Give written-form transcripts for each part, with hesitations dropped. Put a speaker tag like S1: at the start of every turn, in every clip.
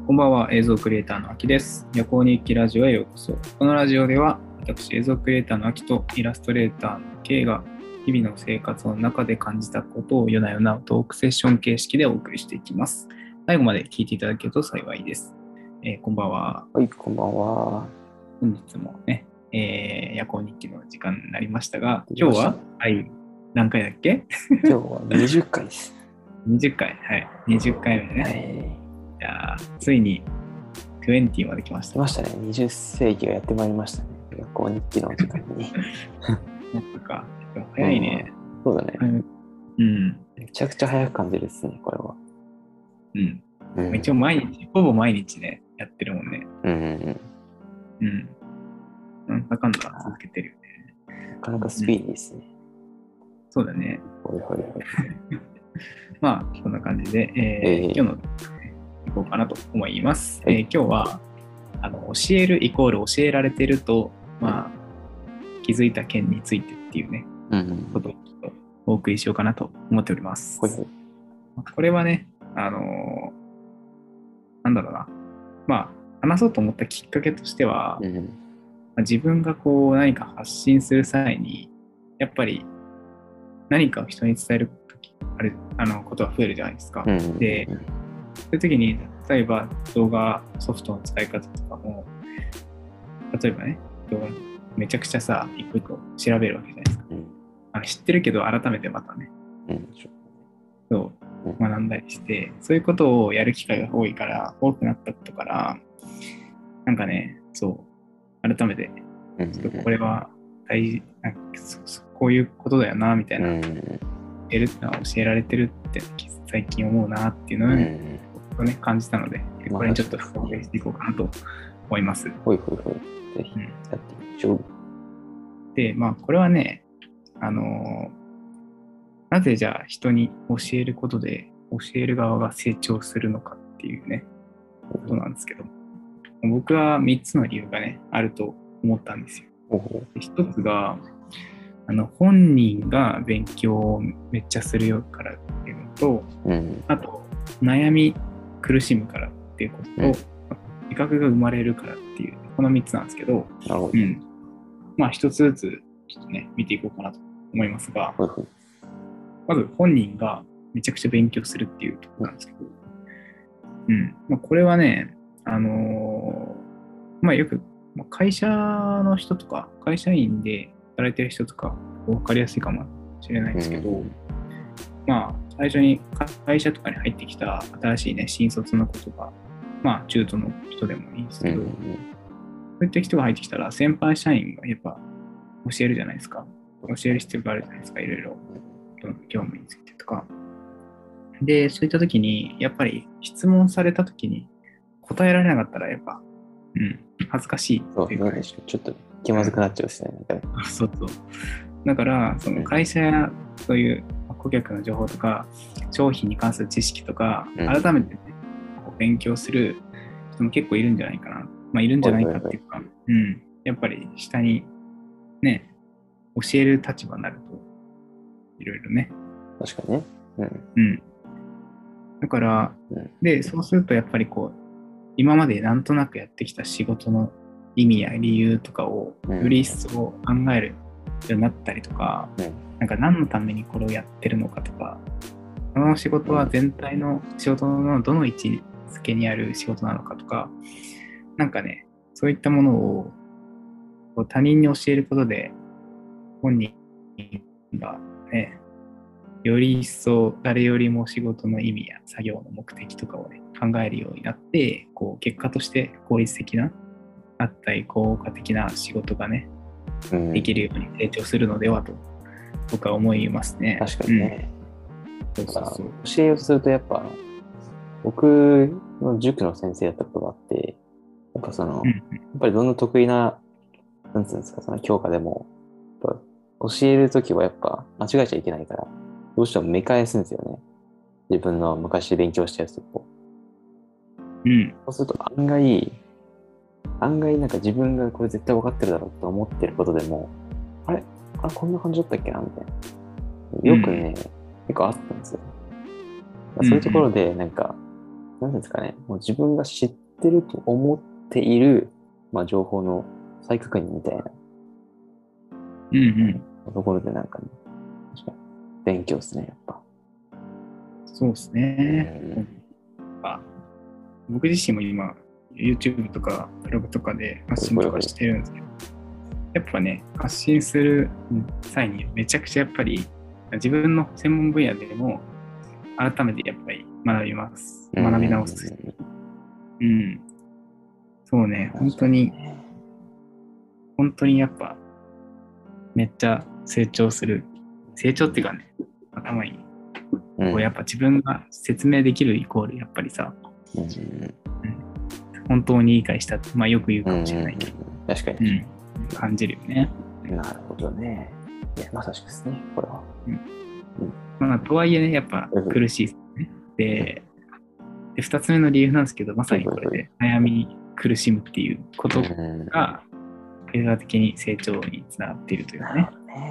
S1: こんばんは、映像クリエイターのあきです。夜行日記ラジオへようこそ。このラジオでは、私、映像クリエイターのあきとイラストレーターの K が、日々の生活の中で感じたことを夜な夜なトークセッション形式でお送りしていきます。最後まで聞いていただけると幸いです。こんばんは。
S2: はい、こんばんは。
S1: 本日もね、夜行日記の時間になりましたが、今日は、何回だっけ
S2: 今日は20回です。
S1: 20回、はい、20回目ね。じゃあ、ついに20まで来ました。
S2: 来ましたね。20世紀がやってまいりましたね。夜行日記の時間に。
S1: なんか、早いね。
S2: そうだね。
S1: うん。
S2: めちゃくちゃ早く感じるですね、これは。
S1: 一応ほぼ毎日ね、やってるもんね。なんだかんだ続けてるよ
S2: ね。なかなかスピーディーですね。
S1: そうだね。
S2: ほいほいほい。
S1: まあ、こんな感じで、今日のいこうかなと思います。今日は教えるイコール教えられてると、まあ、気づいた件についてっていうね、ことをお送りしようかなと思っております。これはね、なんだろうな、まあ、話そうと思ったきっかけとしては、自分がこう何か発信する際に、やっぱり何かを人に伝えることが増えるじゃないですか。で、そういう時に、例えば動画ソフトの使い方とかも、例えばね、めちゃくちゃさ、一個一個調べるわけじゃないですか。知ってるけど、改めてまたね、学んだりして、そういうことをやる機会が多くなったことから、なんかね、改めて、ちょっとこれは大事、こういうことだよな、みたいな、教えられてるって最近思うなっていうのをね、感じたので、これにちょっと深掘りしていこうかなと思います。ぜ
S2: ひやってみましょう。
S1: で、まあ、これはね、なぜじゃあ人に教えることで教える側が成長するのかっていうね、ことなんですけど、僕は3つの理由がね、あると思ったんですよ。1つが、本人が勉強をめっちゃするからっていうのと、あと、悩み苦しむからっていうことと、自覚が生まれるからっていう、この3つなんですけど、まあ1つずつちょっとね、見ていこうかなと思いますが、まず本人がめちゃくちゃ勉強するっていうところなんですけど、まあ、これはね、まあよく会社の人とか、会社員で働いてる人とか分かりやすいかもしれないですけど、まあ最初に会社とかに入ってきた新しいね、新卒の子とか、まあ中途の人でもいいんですけど、そういった人が入ってきたら先輩社員がやっぱ教えるじゃないですか。教える必要があるじゃないですか、いろいろ。業務についてとか。で、そういった時に、やっぱり質問された時に答えられなかったら、やっぱ、恥ずかしいっていうか、
S2: ちょっと気まずくなっちゃうですね。
S1: そう。だから、その会社やそういう顧客の情報とか、商品に関する知識とか、改めて、ね、勉強する人も結構いるんじゃないかな。まあ、いるんじゃないかっていうか、やっぱり下にね、教える立場になると、いろいろね。
S2: 確かに
S1: ね。だから、で、そうするとやっぱり今までなんとなくやってきた仕事の意味や理由とかをより一層考えるようになったりとか、なんか何のためにこれをやってるのかとか、この仕事は全体の仕事のどの位置づけにある仕事なのかとか、なんかね、そういったものを他人に教えることで、本人がね、より一層誰よりも仕事の意味や作業の目的とかをね、考えるようになって、結果として効率的な、あったり効果的な仕事がね、できるように成長するのではと、僕は思いますね。
S2: 確かにね。教えようとするとやっぱ、僕の塾の先生やったことがあって、やっぱやっぱりどんな得意な、なんつうんですか、その教科でも、教えるときはやっぱ間違えちゃいけないから、どうしても見返すんですよね。自分の昔勉強したやつと。そうすると案外なんか自分がこれ絶対分かってるだろうと思ってることでも、あれこんな感じだったっけなみたいな。よくね、結構あったんですよ。そういうところでなんか、 なんですかね、もう自分が知ってると思っている、まあ、情報の再確認みたいなところでなんかね、確かに勉強ですね、やっぱ。
S1: そうですね。僕自身も今、YouTube とかブログとかで発信とかしてるんですけど、やっぱね、発信する際にめちゃくちゃやっぱり自分の専門分野でも改めてやっぱり学びます。学び直す。そうね、本当にやっぱめっちゃ成長する。成長っていうかね、頭にこうやっぱ自分が説明できるイコールやっぱりさ、本当に理解したって、まあよく言うかもしれないけど、
S2: 確かに、
S1: 感じるよね。
S2: なるほどね。いや、まさしくですね、これは。
S1: まあ、とはいえね、やっぱ苦しいですね。で、2つ目の理由なんですけど、まさにこれで悩み苦しむっていうことが、結果的に成長につながっているというかね。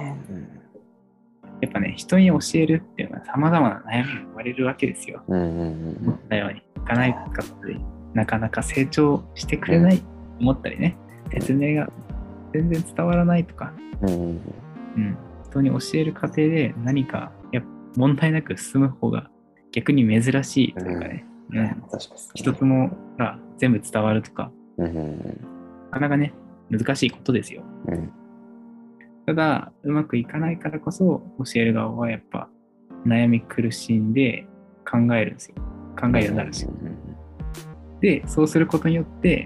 S1: やっぱね、人に教えるっていうのは様々な悩みが生まれるわけですよ。思ったようにいかないかったり、なかなか成長してくれないと思ったりね、説明が全然伝わらないとか、人に教える過程で何か問題なく進む方が逆に珍しいというかね、一つもが全部伝わるとか、なかなかね、難しいことですよ。ただ、うまくいかないからこそ、教える側はやっぱ悩み苦しんで考えるんですよ。考えるようになるんですよ。で、そうすることによって、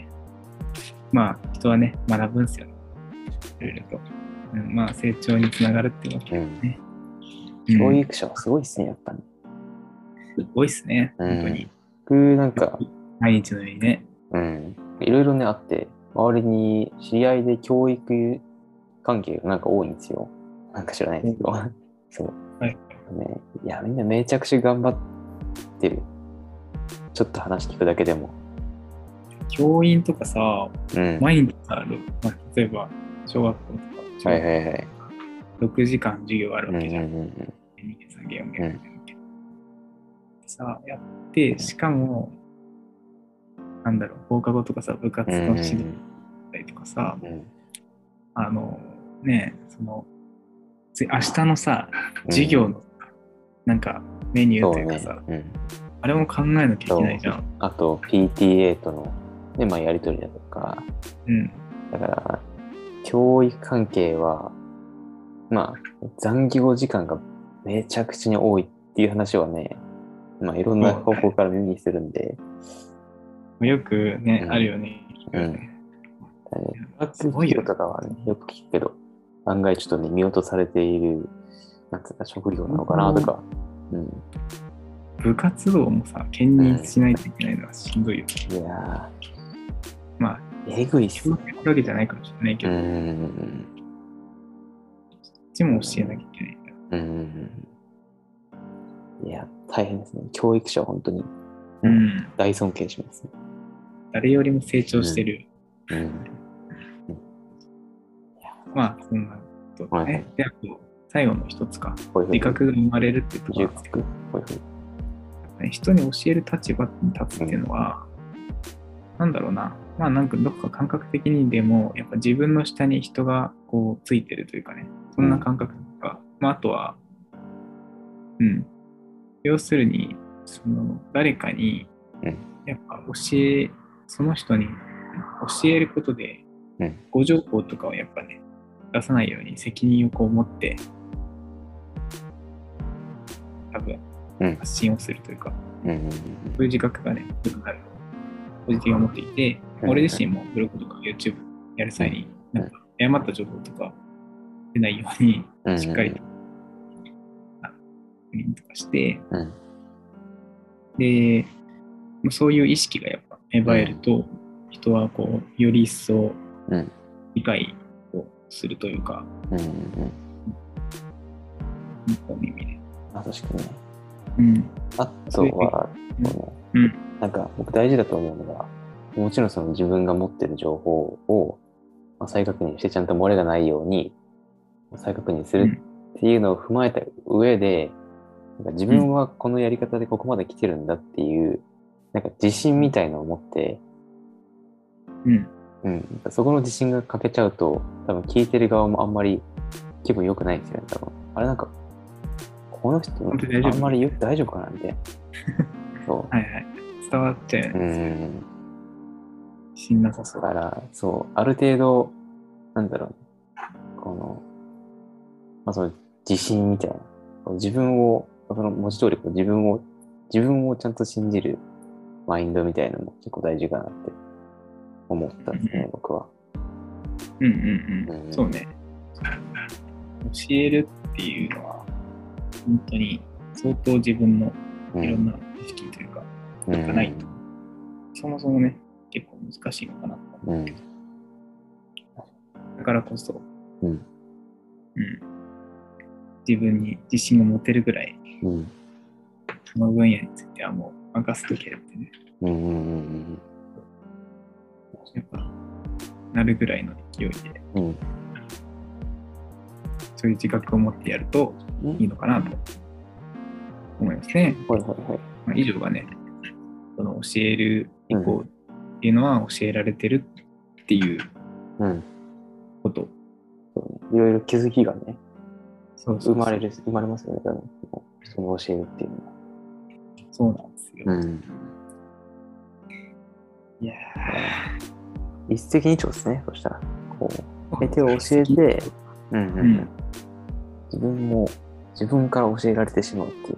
S1: まあ、人はね、学ぶんですよ。いろいろと。まあ、成長につながるっていうわけですね。
S2: 教育者はすごいですね、やっぱり。
S1: すごいっすね、本当に。
S2: 僕なんか、
S1: 毎日のようにね。
S2: いろいろね、あって、周りに知り合いで教育関係がなんか多いんですよ。なんか知らないですけど。そう。ね、いや、みんなめちゃくちゃ頑張ってる。ちょっと話聞くだけでも。
S1: 教員とかさ、毎日さ、例えば小学校とか、6時間授業あるわけじゃん。2限3限4限さ、やって、しかも、なんだろう、放課後とかさ、部活の指導だったりとかさ、ね、明日のさ、授業のなんかメニューというかさ、あれも考えなきゃいけないじゃん。
S2: あと PTA との、ね、まあ、やりとりだとか、だから教育関係はまあ残業時間がめちゃくちゃに多いっていう話はね、まあいろんな方向から耳にするんで、
S1: よくね、あるよね。
S2: すごいよとかはね、よく聞くけど、案外ちょっとね、見落とされている、なんつうか職業なのかなとか。
S1: 部活動もさ、兼任しないといけないのはしんどいよ。
S2: いや
S1: ー、まあ、
S2: えぐいっす
S1: ね。教育わけじゃないかもしれないけど、こっちも教えなきゃいけないんだ。
S2: いや、大変ですね。教育者は本当に、大尊敬しますね。
S1: 誰よりも成長してる。まあ、そんなことね。で、あと、最後の一つか。自覚が生まれるっていうところなんですけど、人に教える立場に立つっていうのは、なんだろうな。まあ、なんかどっか感覚的にでも、やっぱ自分の下に人がこうついてるというかね、そんな感覚とか、まあ、あとは、要するに、誰かに、やっぱその人に教えることで、誤情報とかをやっぱね、出さないように責任をこう持って、多分、発信をするというか、そういう自覚がね、よくあるポジティブを持っていて、俺自身もブログとか YouTube やる際に、なんか誤った情報とか出ないように、しっかりと確認とかして、で、そういう意識がやっぱ芽生えると、人はこう、より一層理解をするというか、
S2: 確かに。あとは、なんか僕大事だと思うのが、もちろんその自分が持ってる情報を再確認してちゃんと漏れがないように再確認するっていうのを踏まえた上で、なんか自分はこのやり方でここまで来てるんだっていう、 なんか自信みたいのを持って、そこの自信が欠けちゃうと、多分聞いてる側もあんまり気分良くないんですよね、多分。あれなんか、この人、あんまり大丈夫かなみたいな。そう。
S1: はいはい。伝わっちゃう。自信なさそう。
S2: だから、そう、ある程度、なんだろうね。この、その自信みたいな。自分を、その文字通り自分をちゃんと信じるマインドみたいなのも結構大事かなって思ったんですね、僕は。
S1: そうね。教えるっていうのは、本当に相当自分のいろんな意識というか、がないと、そもそもね、結構難しいのかなと思って。だからこそ、自分に自信を持てるぐらい、その分野についてはもう任せとけるってね。やっぱ、なるぐらいの勢いで、そういう自覚を持ってやるといいのかなと思いますね。以上がね、その教える以降っていうのは教えられてるっていうこと。
S2: いろいろ気づきがね、生まれますよね、人に教えるっていうのは。
S1: そうなんですよ。いや
S2: 一石二鳥ですね、そしたら。こう相手を教えて、自分から教えられてしまうっていう。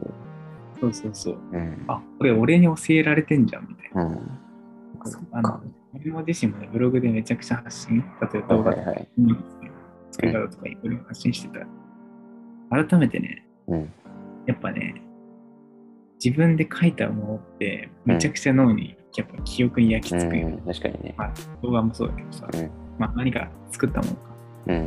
S1: そう。あ、これ俺に教えられてんじゃんみたいな。俺も自身もね、ブログでめちゃくちゃ発信、例えば動画とか、作り方とかいろいろ発信してたら、改めてね、やっぱね、自分で書いたものってめちゃくちゃ脳にやっぱ記憶に焼き付くよね。
S2: 確かにね。
S1: 動画もそうだけどさ、何か作ったものか。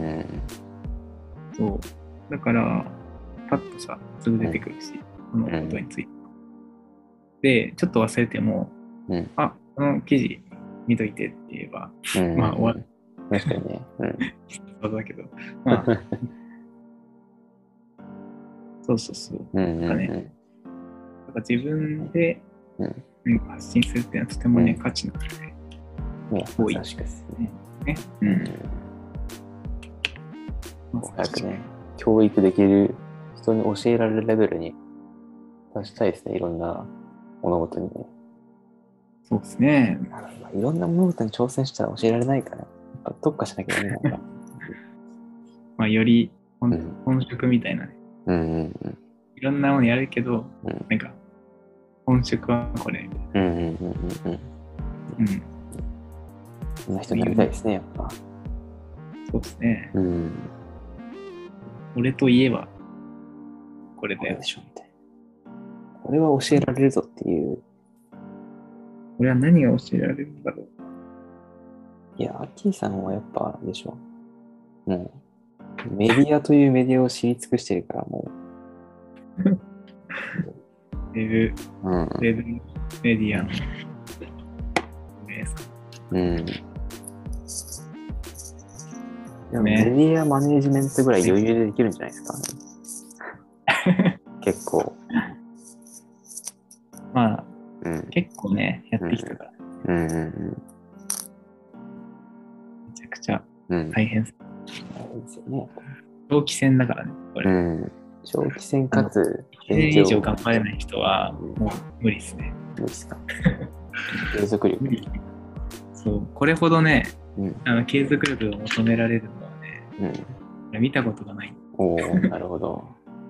S1: そう。だから、パッとさ、すぐ出てくるし、このことについて。で、ちょっと忘れても、あ、この記事見といてって言えば、終わる。
S2: 確かにね。
S1: そうだけど、そう。なんか自分で発信するっていうのはとてもね、価値のある多い。
S2: 確かですね。早くね、教育できる人に教えられるレベルに出したいですね、いろんな物事にね。
S1: そうですね。
S2: いろんな物事に挑戦したら教えられないから、特化しなきゃいけない。
S1: より本職みたいなね。いろんなものやるけど、なんか、本職はこれ。
S2: そんな人になりたいですね、やっぱ。
S1: そうですね。俺といえば、これだよ。
S2: これは教えられるぞっていう。
S1: 俺は何が教えられるんだろう。
S2: いや、アッキーさんはやっぱ、でしょ。もう、メディアというメディアを知り尽くしてるから、もう。
S1: ウェブメディアのですか。
S2: でもメディアマネージメントぐらい余裕でできるんじゃないですかね。結構。
S1: 結構ね、やってきたから。めちゃくちゃ大変です。
S2: よね。
S1: 長期戦だからね、これ。
S2: 長期戦かつ、
S1: 1年以上頑張れない人は、もう無理ですね。
S2: 無理ですか。継続力。
S1: そう、これほどね、継続力が求められるのはね、見たことがない。
S2: なるほど。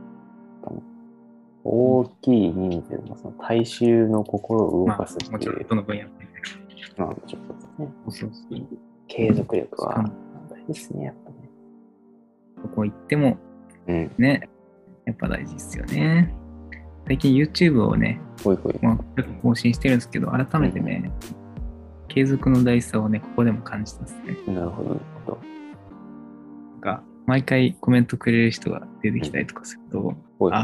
S2: 大きい人数のその大衆の心を動かすっていう。
S1: もちろんどの分野もね。
S2: ちょっとね。継続力は大事ですね、やっぱね。
S1: どこ行っても、ね、やっぱ大事ですよね。最近 YouTube をね、更新してるんですけど、改めてね、継続の大事さをね、ここでも感じたんですね。
S2: なるほど。
S1: なんか、毎回コメントくれる人が出てきたりとかすると、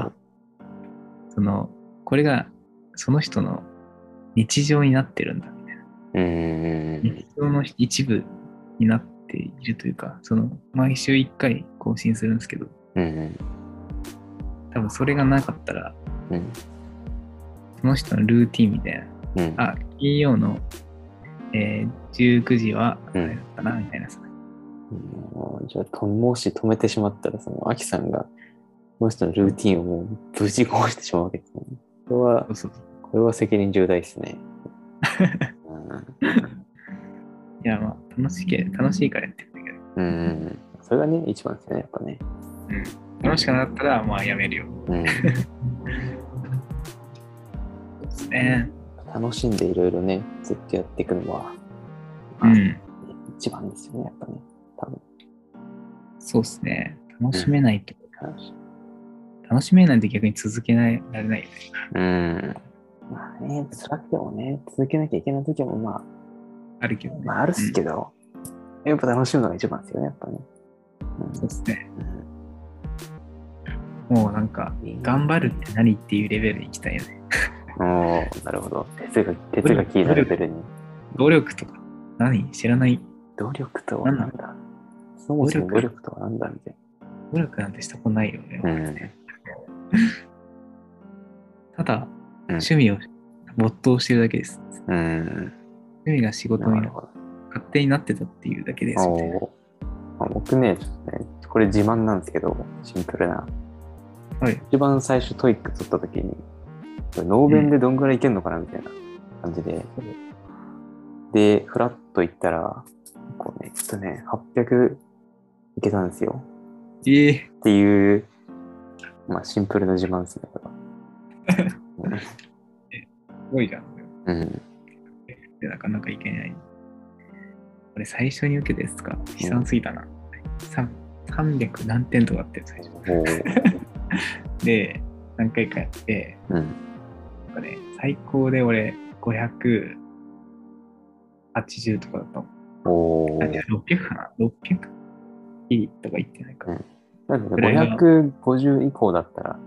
S1: これがその人の日常になってるんだみたいな。日常の一部になっているというか、毎週1回更新するんですけど、多分それがなかったら、その人のルーティンみたいな
S2: うん。
S1: 金曜の、19時は、あれだったな、みたいなさ。
S2: じゃあ、もし止めてしまったら、アキさんが、この人のルーティンをもう無事壊してしまうわけですね。
S1: そうそう。
S2: これは責任重大ですね。
S1: いや、まあ、楽しいからやってるんだけど。
S2: それがね、一番ですね、やっぱね。
S1: 楽しくなったら、まあ、やめるよ。そうですね。
S2: 楽しんでいろいろね、ずっとやっていくのは、一番ですよね、やっぱね。多分。
S1: そうですね。楽しめないと。楽しめないと逆に続けられないよ
S2: ね。まあね、辛くてもね、続けなきゃいけない時もまあ、
S1: あるけどね。
S2: まああるっすけど、やっぱ楽しむのが一番ですよね、やっぱね。
S1: そうですね。もうなんか、頑張るって何っていうレベルに行きたいよね。
S2: なるほど。哲学なレベルに。
S1: 努力とか、何知らない。
S2: 努力とは何だそもそも努力とは何だみたいな。
S1: 努力なんてしたことないよね。ただ、趣味を没頭してるだけです。趣味が仕事に勝手になってたっていうだけです。
S2: 僕ね、ちょっとね、これ自慢なんですけど、シンプルな。
S1: はい。
S2: 一番最初トイック取った時に、ノーベンでどんぐらいいけんのかなみたいな感じで。で、フラッと行ったら、こうね、800いけたんですよ。っていう、まあシンプルな自慢ですね。
S1: すごいじゃん。で、なかなかいけない。これ最初に受けたやつか、悲惨すぎたな。300何点とかあって最初。で、何回かやって、なんかね、最高で俺580とかだったの。600かな ?600 いいとか言ってないか。
S2: なんか550以降だったら、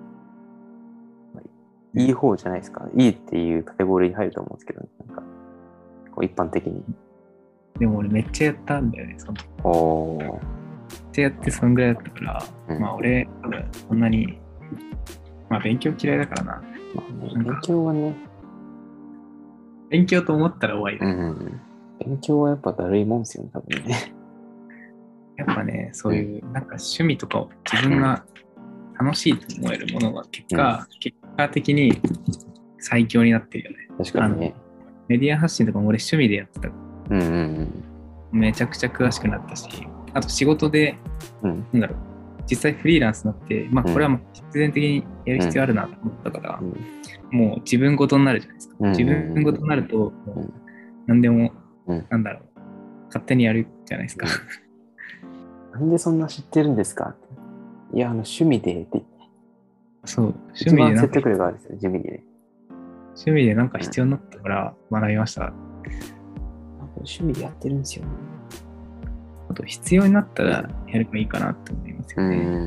S2: いい方じゃないですか。いいっていうカテゴリーに入ると思うんですけど、なんか、こう一般的に。
S1: でも俺めっちゃやったんだよね、その時。めっちゃやってそんぐらいだったから、まあ俺、多分そんなに、まあ勉強嫌いだからな。
S2: 勉強はね。
S1: 勉強と思ったら終わりだよ。
S2: 勉強はやっぱだるいもんですよね、多分ね。
S1: やっぱね、そういう、なんか趣味とかを自分が楽しいと思えるものが結果的に最強になってるよね。
S2: 確かにね。
S1: メディア発信とかも俺趣味でやってた。めちゃくちゃ詳しくなったし、あと仕事で、なんだろう、実際フリーランスになって、まあこれはもう必然的にやる必要あるなと思ったから、もう自分ごとになるじゃないですか。自分ごとになると、何でも、なんだろう、勝手にやるじゃないですか。
S2: なんでそんな知ってるんですか？いや、趣味でって言って。
S1: そう、
S2: 趣味で説得力があるんですよ、地味にね。
S1: 趣味でなんか必要になったから学びました。
S2: 趣味でやってるんですよね。
S1: あと必要になったらやればいいかなって思いますよね。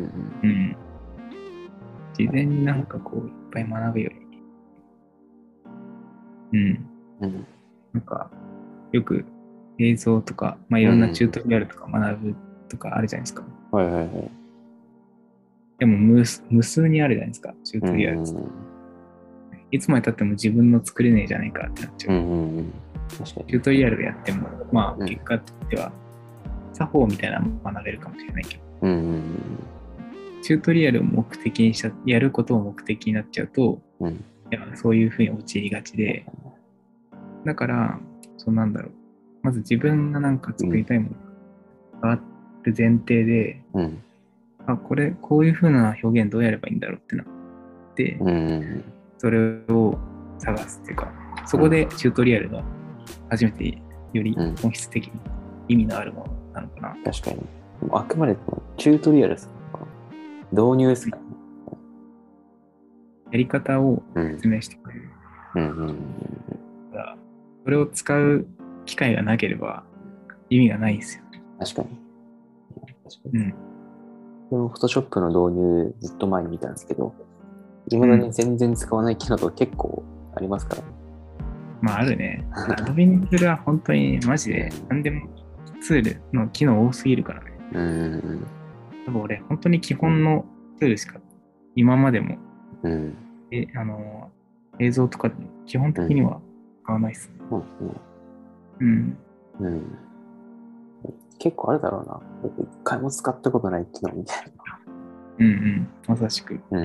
S1: 事前になんかこういっぱい学ぶより。なんかよく映像とか、まあいろんなチュートリアルとか学ぶとかあるじゃないですか。でも無数にあるじゃないですか、チュートリアルって。いつまでたっても自分の作れねえじゃないかってなっちゃう。チュートリアルやっても、まあ結果としては作法みたいなのも学べるかもしれないけど、チュートリアルを目的にやることを目的になっちゃうと、そういうふうに陥りがちで、だから、なんだろう、まず自分がなんか作りたいものがある前提で、こういうふうな表現どうやればいいんだろうってなって、それを探すっていうか、そこでチュートリアルが初めてより本質的に意味のあるものなのかな。
S2: 確かに。あくまでチュートリアルですか？導入ですか？
S1: やり方を説明してくれる。だからそれを使う機会がなければ意味がないんですよ。
S2: 確かに。フォトショップの導入ずっと前に見たんですけど、今だに全然使わない機能とか結構ありますからね。
S1: まああるね。アドビにするは本当にマジで何でもツールの機能多すぎるからね。多分俺本当に基本のツールしか今までも、映像とかでも基本的には使わないですね。
S2: そうですね。
S1: うん。
S2: うん。結構あるだろうな。僕一回も使ったことない機能みたいな。
S1: うんうん。まさしく。
S2: うん。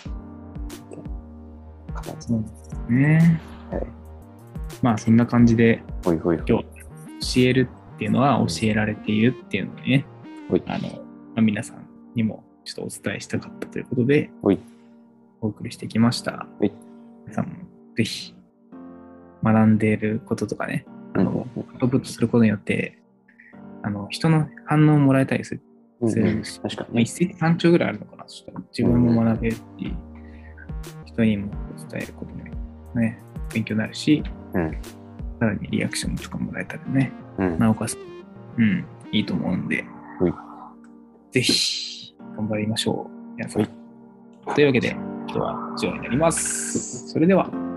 S1: そうですね。
S2: はい。
S1: まあそんな感じで、
S2: ほいほいほい。
S1: 今日教えるっていうのは教えられているっていうのをね、
S2: ほい。
S1: 皆さんにもちょっとお伝えしたかったということで、
S2: ほい。
S1: お送りしてきました。
S2: ほい。
S1: 皆さんもぜひ学んでいることとかね、アウトプットすることによって、人の反応をもらえたりするし、
S2: 確かにね。
S1: 一石三鳥ぐらいあるのかな。そしたら自分も学べるし、人にも伝えることもね、勉強になるし、さらにリアクションとかもらえたらね、なおかつ、いいと思うんで、ぜひ頑張りましょう。皆さん。というわけで、今日は以上になります。それでは。